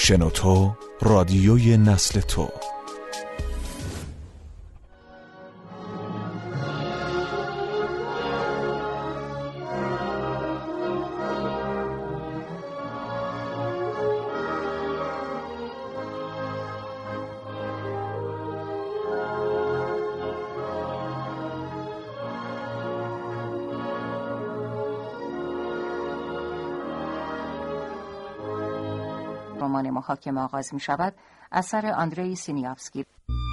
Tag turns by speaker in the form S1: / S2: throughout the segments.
S1: شنوتو رادیوی نسل تو.
S2: رمان محاکمه آغاز می شود. اثر آندری سینیافسکی.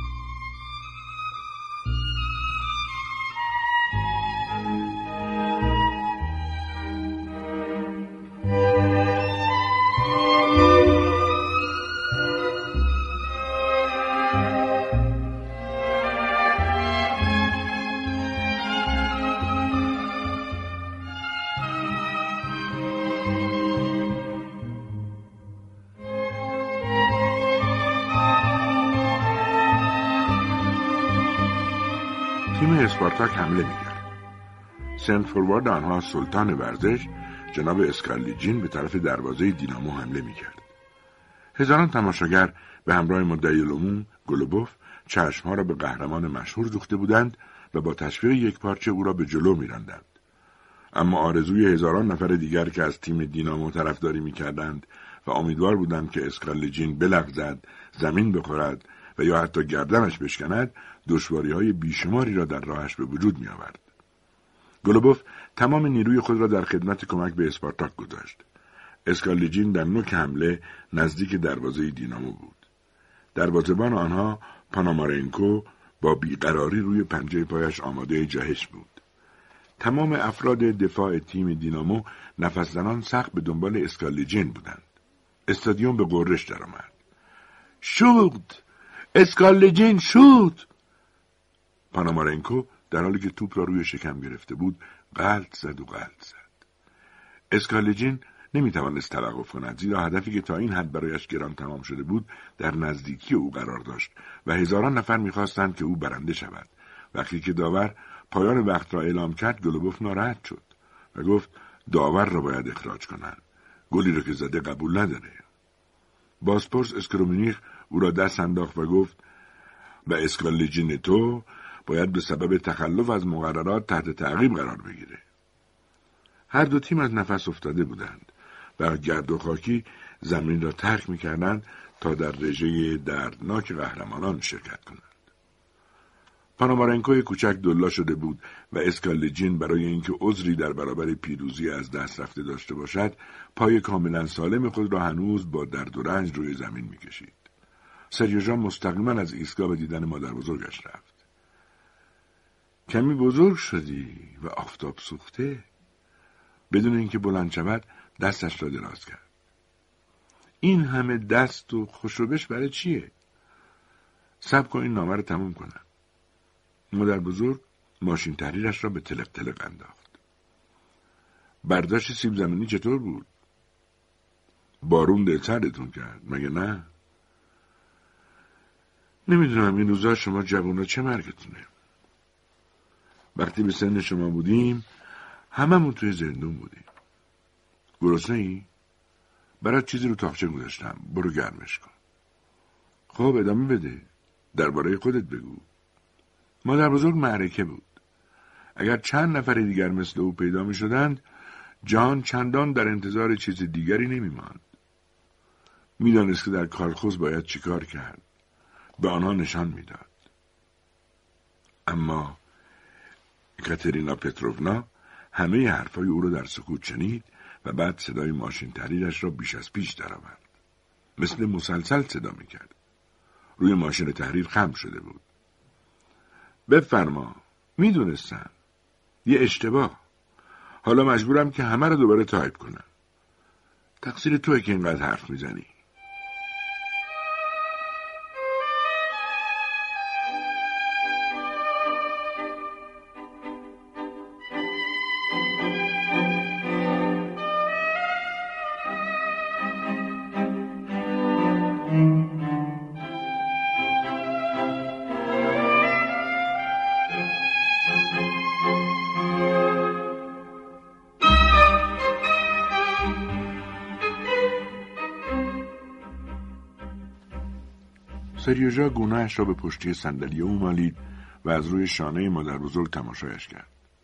S3: تیم اسپارتاک حمله می‌کرد. سنت فوروارد آنها سلطان ورزش جناب اسکارلیجین به طرف دروازه دینامو حمله می‌کرد. هزاران تماشاگر به همراه مدعی العموم گلوبوف چشمها را به قهرمان مشهور دوخته بودند و با تشویق یک پارچه او را به جلو می‌راندند. اما آرزوی هزاران نفر دیگر که از تیم دینامو طرفداری می‌کردند و امیدوار بودند که اسکارلیجین بلغزد، زمین بخورد و یا حتی گردنش بشکند، دشواری‌های بیشماری را در راهش به وجود می‌آورد. گلوبوف تمام نیروی خود را در خدمت کمک به اسپارتاک گذاشت. اسکارلیجین در نوک حمله نزدیک دروازه دینامو بود. دروازه‌بان آنها پانامارنکو با بیقراری روی پنجه پایش آماده جهش بود. تمام افراد دفاع تیم دینامو نفس زنان سخت به دنبال اسکارلیجین بودند. استادیوم به غرش درآمد. شوت! اسکارلیجین شوت! پانامارنکو در حالی که توپ را روی شکم گرفته بود غلط زد. اسکارلیجین نمیتوانست توقف کند، زیرا هدفی که تا این حد برایش گران تمام شده بود در نزدیکی او قرار داشت و هزاران نفر میخواستند که او برنده شود. وقتی که داور پایان وقت را اعلام کرد گلوبوف ناراحت شد و گفت داور را باید اخراج کنند. گلی را که زده قبول نداره. بازپرس اسکرومینیخ او را دست انداخت و گفت و اسکارلیجین تو باید به سبب تخلف از مقررات تحت تعقیب قرار بگیره. هر دو تیم از نفس افتاده بودند و گرد و خاکی زمین را ترک می‌کردند تا در رژه دردناک قهرمانان شرکت کنند. پانامارنکوی کوچک دلا شده بود و اسکارلیجین برای اینکه عذری در برابر پیروزی از دست رفته داشته باشد، پای کاملا سالم خود را هنوز با درد و رنج روی زمین می‌کشید. سریو ژان مستقیما از ایستگاه به دیدن مادر بزرگش رفت. کمی بزرگ شدی و آفتاب سوخته. بدون اینکه بلند شود دستش را دراز کرد. این همه دست و خوشوبش برای چیه؟ صبر کن این نامه رو تموم کنم. مادر بزرگ ماشین تحریرش را به تلق تلق انداخت. برداشت سیب زمینی چطور بود؟ بارون دلسردتون کرد مگه نه؟ نمیدونم این روزا شما جوونا چه مرگتونه. وقتی به سن شما بودیم هممون توی زندون بودیم. گرسنه‌ای؟ برات چیزی رو تاقچه گذاشتم، برو گرمش کن. خب ادامه بده، درباره خودت بگو. مادر بزرگ معرکه بود. اگر چند نفر دیگر مثل او پیدا می شدند، جهان چندان در انتظار چیز دیگری نمی ماند. می دانست که در کارخوز باید چیکار کرد. به آنها نشان می داد. اما اکاترینا پتروونا همه حرفای او رو در سکوت شنید و بعد صدای ماشین تحریرش را بیش از پیش درآورد. مثل مسلسل صدا می کرد. روی ماشین تحریر خم شده بود. بفرما، می دونستم. یه اشتباه. حالا مجبورم که همه رو دوباره تایپ کنم. تقصیر توئه که اینقدر حرف می زنی. سریوژا گونه‌اش را به پشتی صندلی او مالید و از روی شانه مادر بزرگ تماشایش کرد.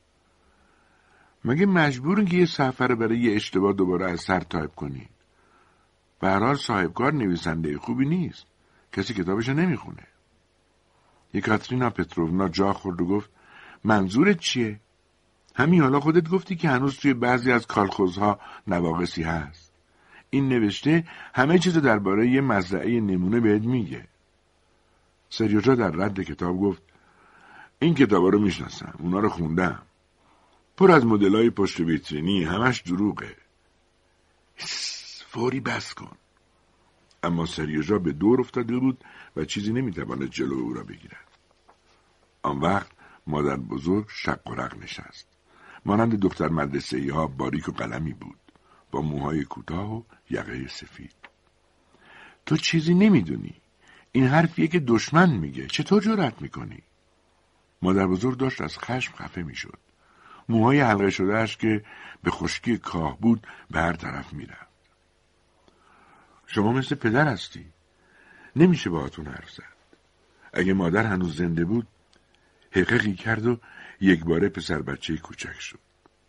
S3: مگه مجبورین که یه صفحه رو برای یه اشتباه دوباره از سر تایپ کنی؟ به هر حال صاحبکار نویسنده خوبی نیست. کسی کتابش نمیخونه. یکاترینا پتروونا جا خورد و گفت منظورت چیه؟ همین حالا خودت گفتی که هنوز توی بعضی از کالخوزها نواقصی هست. این نوشته همه چیزو درباره یه مزرعه نمونه بهت میگه. سریوژا در رد کتاب گفت این کتابا رو میشناسم، اونا رو خوندم. پر از مدلای پشت ویترینی، همش دروغه. فوری بس کن. اما سریوژا به دور افتاده بود و چیزی نمیتواند جلو او را بگیرد. آن وقت مادر بزرگ شق و رق نشست. مانند دختر مدرسه‌ای ها باریک و قلمی بود، با موهای کوتاه و یقه سفید. تو چیزی نمیدونی. این حرفیه که دشمن میگه. چطور جرأت میکنی؟ مادر بزرگ داشت از خشم خفه میشد. موهای حلقه شدهش که به خشکی کاه بود به هر طرف میرفت. شما مثل پدر هستی. نمیشه باهاتون حرف زد. اگه مادر هنوز زنده بود حقیقی کرد و یک باره پسر بچه کوچک شد.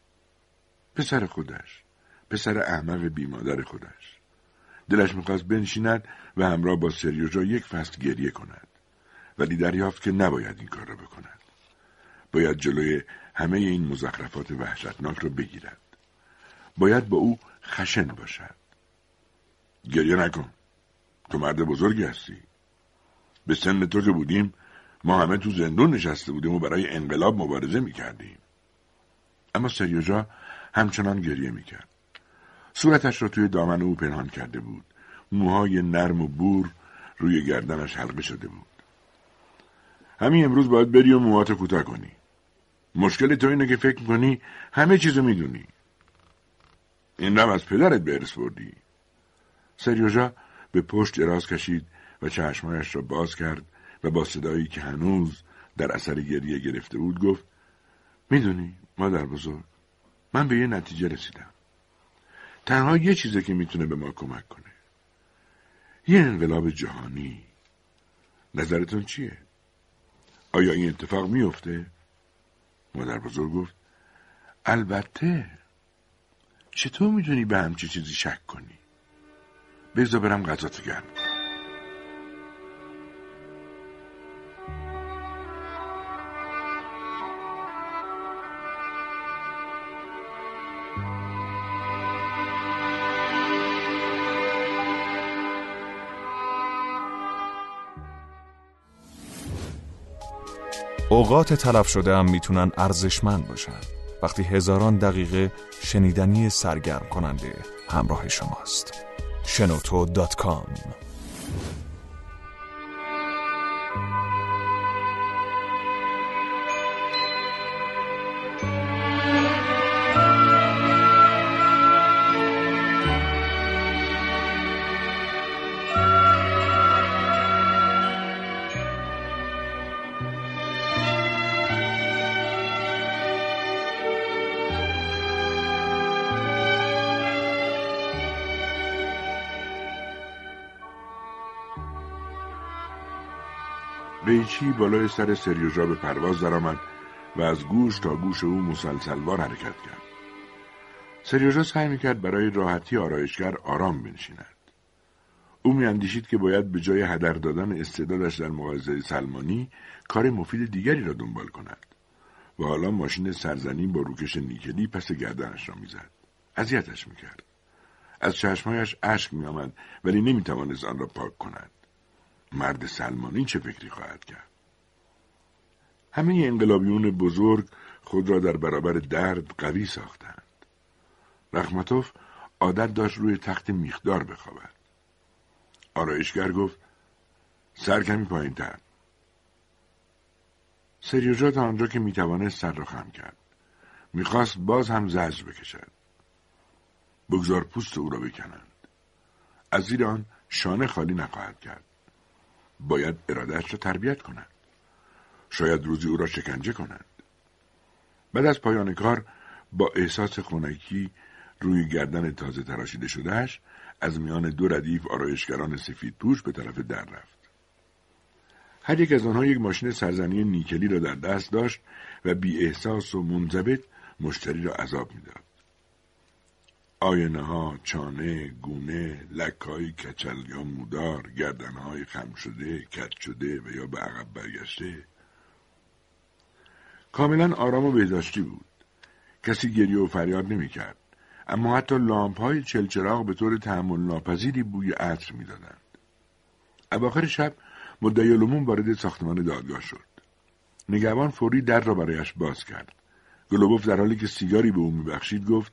S3: پسر خودش، پسر احمق بی مادر خودش. دلش میخواست بنشیند و همراه با سریوژا یک فصل گریه کند، ولی دریافت که نباید این کار را بکند. باید جلوی همه این مزخرفات وحشتناک را بگیرد. باید با او خشن باشد. گریه نکن. تو مرد بزرگی هستی. به سن تو که بودیم ما همه تو زندون نشسته بودیم و برای انقلاب مبارزه میکردیم. اما سریوژا همچنان گریه میکرد. صورتش را توی دامن او پنهان کرده بود. موهای نرم و بور روی گردنش حلقه شده بود. همین امروز باید بری و موهاتو کوتاه کنی. مشکل تو اینه که فکر میکنی همه چیزو میدونی. این رو از پدرت به ارث بردی. سریوژا به پشت دراز کشید و چشمایش را باز کرد و با صدایی که هنوز در اثر گریه گرفته بود گفت میدونی مادر بزرگ، من به یه نتیجه رسیدم. تنها یه چیزه که میتونه به ما کمک کنه. یه انقلاب جهانی. نظرتون چیه؟ آیا این اتفاق میفته؟ مادر بزرگ گفت البته. چطور میتونی به همچی چیزی شک کنی؟ بذار برم غذاتو گرم کنم.
S1: اوقات تلف شده هم میتونن ارزشمند باشن وقتی هزاران دقیقه شنیدنی سرگرم کننده همراه شماست. shenoto.com
S3: قیچی بالای سر سریوژا به پرواز درآمد و از گوش تا گوش او مسلسلوار حرکت کرد. سریوژا سعی میکرد برای راحتی آرایشگر آرام بنشیند. او میاندیشید که باید به جای هدر دادن استعدادش در مغازه سلمانی کار مفید دیگری را دنبال کند. و حالا ماشین سرزنی با روکش نیکلی پس گردنش را میزد. اذیتش میکرد. از چشمایش اشک میآمد ولی نمیتوانست آن را پاک کند. مرد سلمانی چه فکری خواهد کرد؟ همه انقلابیون بزرگ خود را در برابر درد قوی ساختند. رخماتوف عادت داشت روی تخت میخدار بخوابد. آرایشگر گفت سر کمی پایین تر. سریوژا تا آنجا که میتوانست سر را خم کرد. میخواست باز هم زجر بکشد. بگذار پوست او را بکنند. از زیر آن شانه خالی نخواهد کرد. باید ارادهش را تربیت کنند. شاید روزی او را شکنجه کنند. بعد از پایان کار با احساس خنکی روی گردن تازه تراشیده شدهش از میان دو ردیف آرایشگران سفید پوش به طرف در رفت. هر یک از آنها یک ماشین سرزنی نیکلی را در دست داشت و بی احساس و منضبط مشتری را عذاب میداد. آینه ها، چانه، گونه، لک‌های کچل یا مودار، گردنهای خم شده، کج شده و یا به عقب برگشته. کاملا آرام و بهداشتی بود. کسی گریه و فریاد نمی کرد. اما حتی لامپ‌های چلچراغ به طور تحمل ناپذیری بوی عطر می‌دادند. اواخر شب مدعی‌العموم وارد ساختمان دادگاه شد. نگهبان فوری در را برایش باز کرد. گلوبوف در حالی که سیگاری به او می‌بخشید گفت: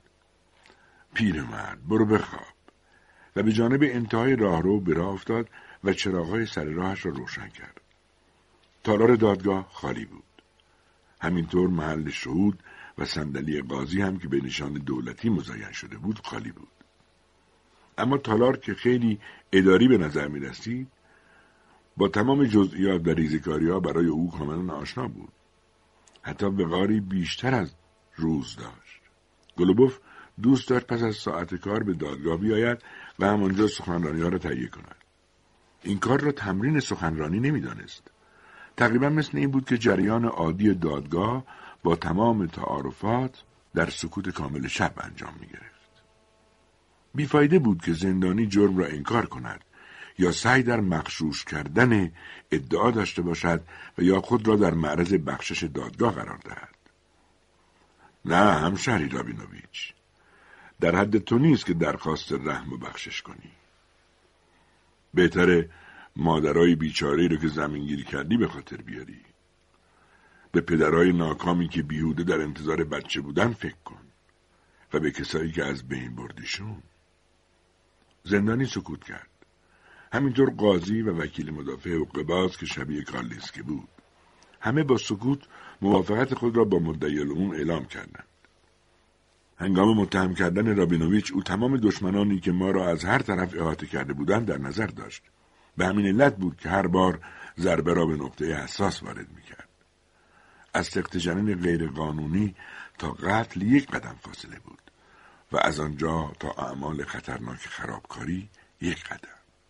S3: پیرمرد، برو بخواب. و به جانب انتهای راهرو به راه افتاد و چراغ‌های سر راهش را روشن کرد. تالار دادگاه خالی بود. همینطور محل شهود و صندلی قاضی هم که به نشان دولتی مزین شده بود خالی بود. اما تالار که خیلی اداری به نظر می رسید با تمام جزئیات و ریزکاری‌ها برای او کاملا آشنا بود. حتی وقاری بیشتر از روز داشت. گلوبوف دوست داشت پس از ساعت کار به دادگاه بیاید و همانجا سخنرانی‌ها را تهیه کند. این کار را تمرین سخنرانی نمی‌دانست. تقریبا مثل این بود که جریان عادی دادگاه با تمام تعارفات در سکوت کامل شب انجام می‌گرفت. بیفایده بود که زندانی جرم را انکار کند یا سعی در مغشوش کردن ادعا داشته باشد و یا خود را در معرض بخشش دادگاه قرار دهد. نه همشهری رابینوویچ، در حد تو نیست که درخواست رحم و بخشش کنی. بهتره مادرای بیچاره‌ای رو که زمینگیری کردی به خاطر بیاری. به پدرای ناکامی که بیهوده در انتظار بچه بودن فکر کن و به کسایی که از بین بردیشون. زندانی سکوت کرد. همینطور قاضی و وکیل مدافع حقوق‌باز که شبیه کارلینسکی بود. همه با سکوت موافقت خود را با مدعی‌العموم اعلام کردند. هنگام متهم کردن رابینوویچ او تمام دشمنانی که ما را از هر طرف احاطه کرده بودند در نظر داشت. به همین علت بود که هر بار ضربه را به نقطه حساس وارد می‌کرد. از سخت جنین غیر قانونی تا قتل یک قدم فاصله بود و از آنجا تا اعمال خطرناک خرابکاری یک قدم.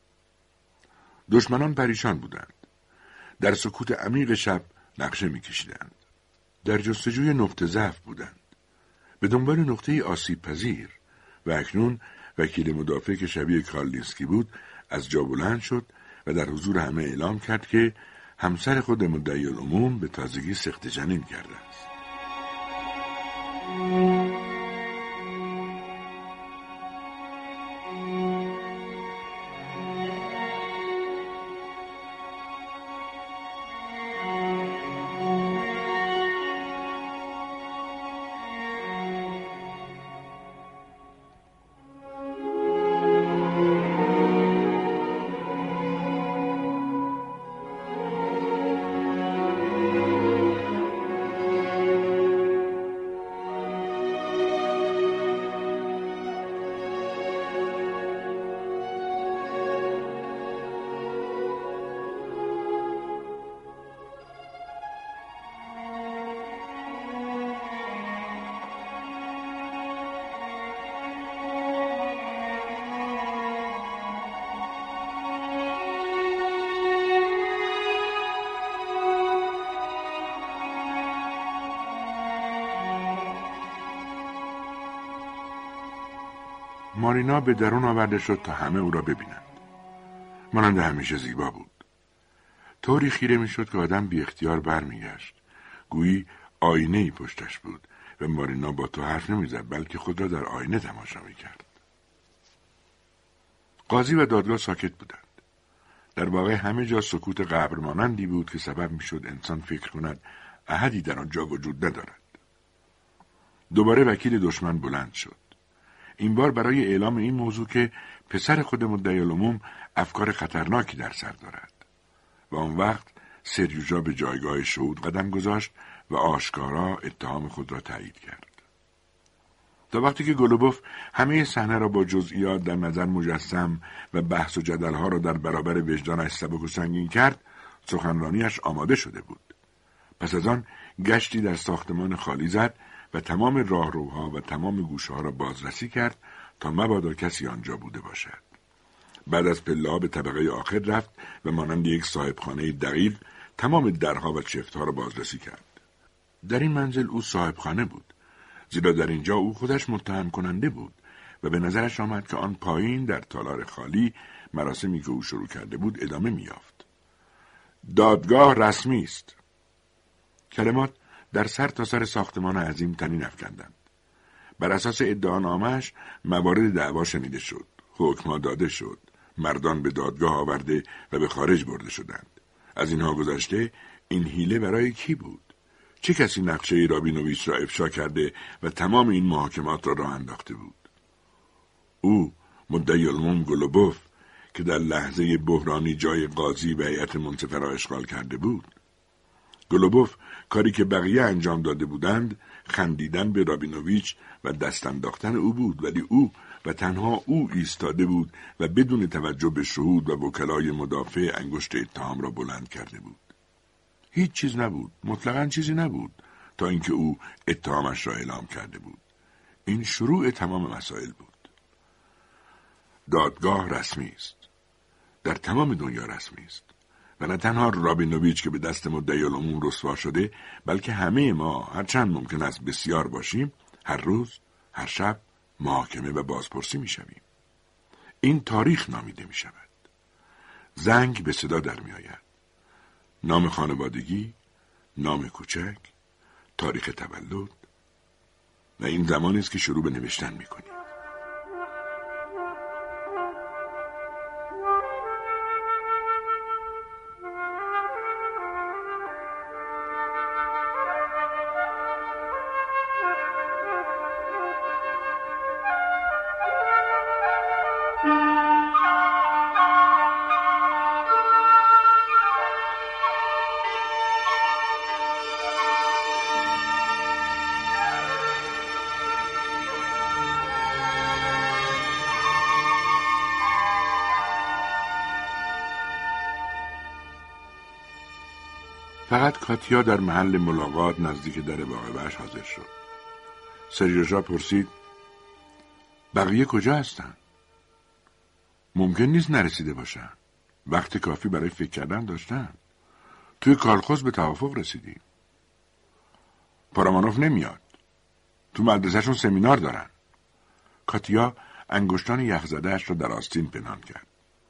S3: دشمنان پریشان بودند. در سکوت عمیق شب نقشه می‌کشیدند. در جستجوی نقطه ضعف بودند. به دنبال نقطه آسیب پذیر و اکنون وکیل مدافع که شبیه کارلینسکی بود از جا بلند شد و در حضور همه اعلام کرد که همسر خود مدعی‌العموم به تازگی سخت جنین کرده است. مارینا به درون آورده شد تا همه او را ببینند. مانند همیشه زیبا بود. طوری خیره میشد که آدم بی اختیار برمیگشت. گویی آینه‌ای پشتش بود و مارینا با تو حرف نمیزد بلکه خود را در آینه تماشا میکرد. قاضی و دادگاه ساکت بودند. در واقع همه جا سکوت قبر مانندی بود که سبب میشد انسان فکر کند احدی در آنجا وجود ندارد. دوباره وکیل دشمن بلند شد. این بار برای اعلام این موضوع که پسر خود مدعی‌العموم افکار خطرناکی در سر دارد. و آن وقت سریوژا به جایگاه شهود قدم گذاشت و آشکارا اتهام خود را تایید کرد. تا وقتی که گلوبوف همه صحنه را با جزئیات در نظر مجسم و بحث و جدلها را در برابر وجدانش سبک و سنگین کرد، سخنرانیش آماده شده بود. پس از آن گشتی در ساختمان خالی زد و تمام راهروها و تمام گوشه‌ها را بازرسی کرد تا مبادا کسی آنجا بوده باشد. بعد از پله‌ها به طبقه آخر رفت و مانند یک صاحبخانه دقیق تمام درها و چفت‌ها را بازرسی کرد. در این منزل او صاحبخانه بود، زیرا در اینجا او خودش متهم کننده بود و به نظرش آمد که آن پایین در تالار خالی مراسمی که او شروع کرده بود ادامه می‌یافت. دادگاه رسمی است. کلمات در سر تا سر ساختمان عظیم طنین افکندند. بر اساس ادعانامه‌اش موارد دعوا شنیده شد، حکم‌ها داده شد، مردان به دادگاه آورده و به خارج برده شدند. از اینها گذشته این حیله برای کی بود؟ چه کسی نقشه رابینوویچ را افشا کرده و تمام این محاکمات را راه انداخته بود؟ او، مدعی العموم گلوبوف، که در لحظه بحرانی جای قاضی و هیئت منصفه را اشغال کرده بود. گلوبوف کاری که بقیه انجام داده بودند خندیدن به رابینوویچ و دست انداختن او بود، ولی او و تنها او ایستاده بود و بدون توجه به شهود و وکلای مدافع انگشت اتهام را بلند کرده بود. هیچ چیز نبود، مطلقاً چیزی نبود تا اینکه او اتهامش را اعلام کرده بود. این شروع تمام مسائل بود. دادگاه رسمی است. در تمام دنیا رسمی است. و نه تنها رابینوویچ که به دست مدعی العموم رسوا شده، بلکه همه ما هرچند ممکن است بسیار باشیم، هر روز، هر شب محاکمه و بازپرسی می شویم. این تاریخ نامیده می شود. زنگ به صدا در می آید. نام خانوادگی، نام کوچک، تاریخ تولد، و این زمانی است که شروع به نوشتن می کنیم. فقط کاتیا در محل ملاقات نزدیک در باغ وحش حاضر شد. سریوژا پرسید: بقیه کجا هستن؟ ممکن نیست نرسیده باشن. وقت کافی برای فکر کردن داشتن. توی کالخوز به توافق رسیدیم. پارامانوف نمیاد. تو مدرسهشون سمینار دارن. کاتیا انگشتان یخزده‌اش را در آستین پنهان کرد.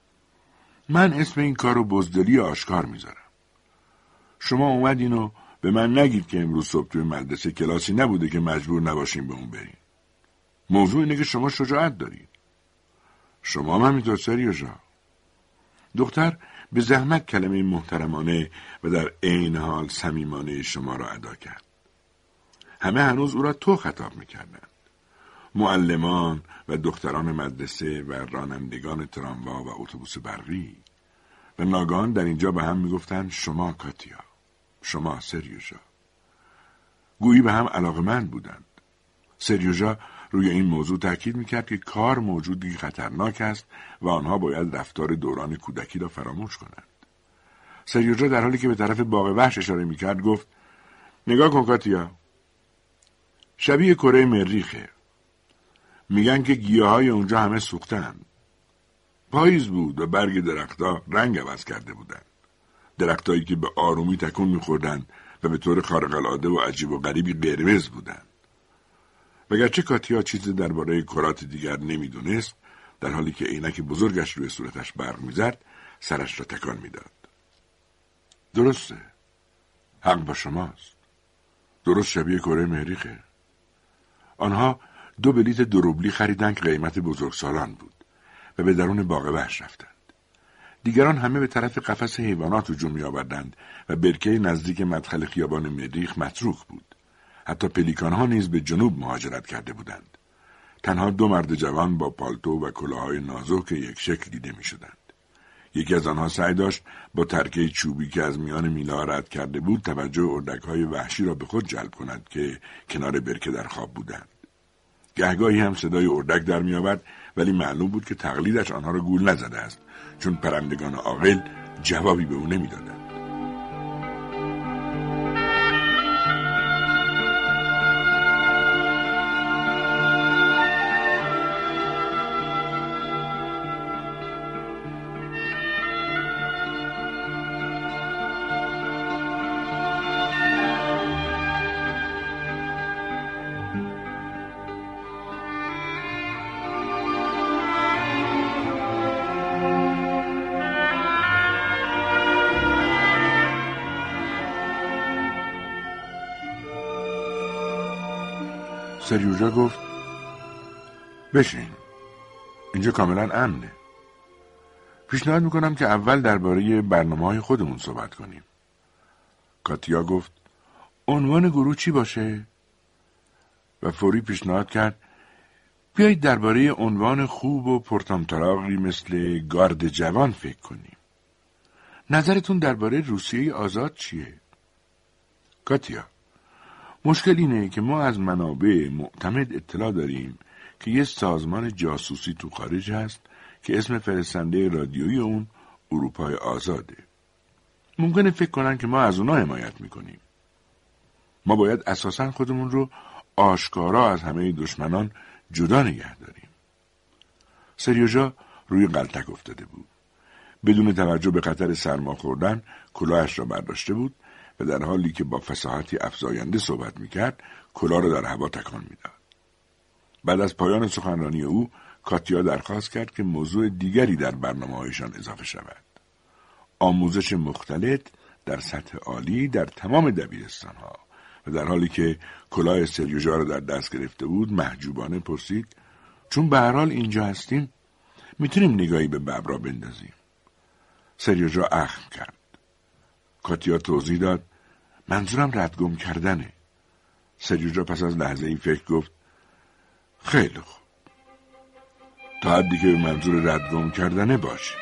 S3: من اسم این کار رو بزدلی آشکار میذارم. شما اومدین و به من نگید که امروز صبح توی مدرسه کلاسی نبوده که مجبور نباشیم به اون بریم. موضوع اینه که شما شجاعت دارید. شما هم همینطور سریوژا. دختر به زحمت کلمه محترمانه و در عین حال صمیمانه شما را ادا کرد. همه هنوز او را تو خطاب میکردند. معلمان و دختران مدرسه و رانندگان تراموا و اتوبوس برقی، و ناگهان در اینجا به هم میگفتند شما کاتیا، شما سریوژا. گویی به هم علاقمند بودند. سریوژا روی این موضوع تاکید میکرد که کار موجودی خطرناک است و آنها باید رفتار دوران کودکی را فراموش کنند. سریوژا در حالی که به طرف باغ وحش اشاره میکرد گفت: نگاه کن کاتیا، شبیه کره مریخه. میگن که گیاهای اونجا همه سوختن. پاییز بود و برگ درختها رنگ عوض کرده بودند. درختایی که به آرومی تکون میخوردند و به طور خارق‌العاده و عجیب و غریبی قرمز بودند. وگرچه کاتیا چیزی درباره کرات دیگر نمیدونست، در حالی که عینک بزرگش روی صورتش برق میزد، سرش را تکان میداد. درسته. حق با شماست. درست شبیه کره مریخه. آنها 2 بلیت 2 روبلی خریدند که قیمت بزرگسالان بود و به درون باغ وحش رفتند. دیگران همه به طرف قفس حیوانات هجوم می‌آوردند و برکه نزدیک مدخل خیابان مریخ متروک بود. حتی پلیکان‌ها نیز به جنوب مهاجرت کرده بودند. تنها 2 مرد جوان با پالتو و کلاه‌های نازک یک شکل دیده می‌شدند. یکی از آنها سعی داشت با ترکه چوبی که از میان میله‌ها رد کرده بود توجه اردک‌های وحشی را به خود جلب کند که کنار برکه در خواب بودند. گهگاهی هم صدای اردک در می‌آورد، ولی معلوم بود که تقلیدش آنها را گول نزده است، چون پرندگان عاقل جوابی به او نمی‌دادند. سریوژا گفت بشین، اینجا کاملا امنه. پیشنهاد میکنم که اول درباره برنامه‌های خودمون صحبت کنیم. کاتیا گفت عنوان گروه چی باشه؟ و فوری پیشنهاد کرد بیایید درباره عنوان خوب و پرطمطراقی مثل گارد جوان فکر کنیم. نظرتون درباره روسیه آزاد چیه؟ کاتیا، مشکل اینه که ما از منابع معتمد اطلاع داریم که یه سازمان جاسوسی تو خارج هست که اسم فرستنده رادیویی اون اروپای آزاده. ممکنه فکر کنن که ما از اونا حمایت میکنیم. ما باید اساساً خودمون رو آشکارا از همه دشمنان جدا نگه داریم. سریوژا روی غلطک افتاده بود. بدون توجه به خطر سرما خوردن کلاهش را برداشته بود و در حالی که با فصاحتی افزاینده صحبت میکرد کلاه را در هوا تکان میداد. بعد از پایان سخنرانی او کاتیا درخواست کرد که موضوع دیگری در برنامه‌هایشان اضافه شود. آموزش مختلط در سطح عالی در تمام دبیرستان‌ها. و در حالی که کلاه سریوژا را در دست گرفته بود محجوبانه پرسید چون به هر حال اینجا هستیم میتونیم نگاهی به ببر را بندازیم. سریوژا اخم کرد. کاتیا توضیح داد منظورم ردگم کردنه. سریوژا پس از لحظه ای فکر گفت خیلی خوب، تا حدی که به منظور ردگم کردنه باشه.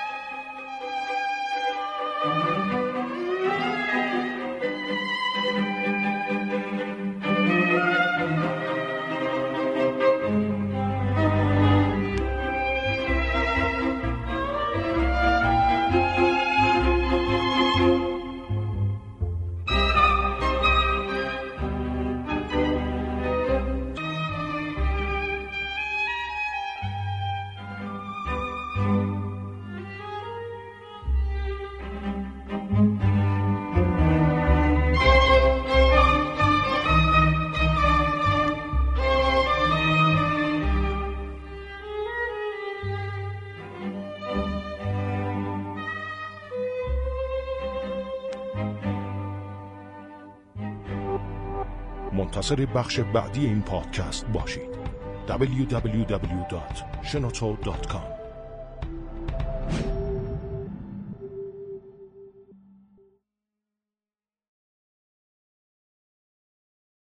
S4: منتظر بخش بعدی این پادکست باشید. www.shenoto.com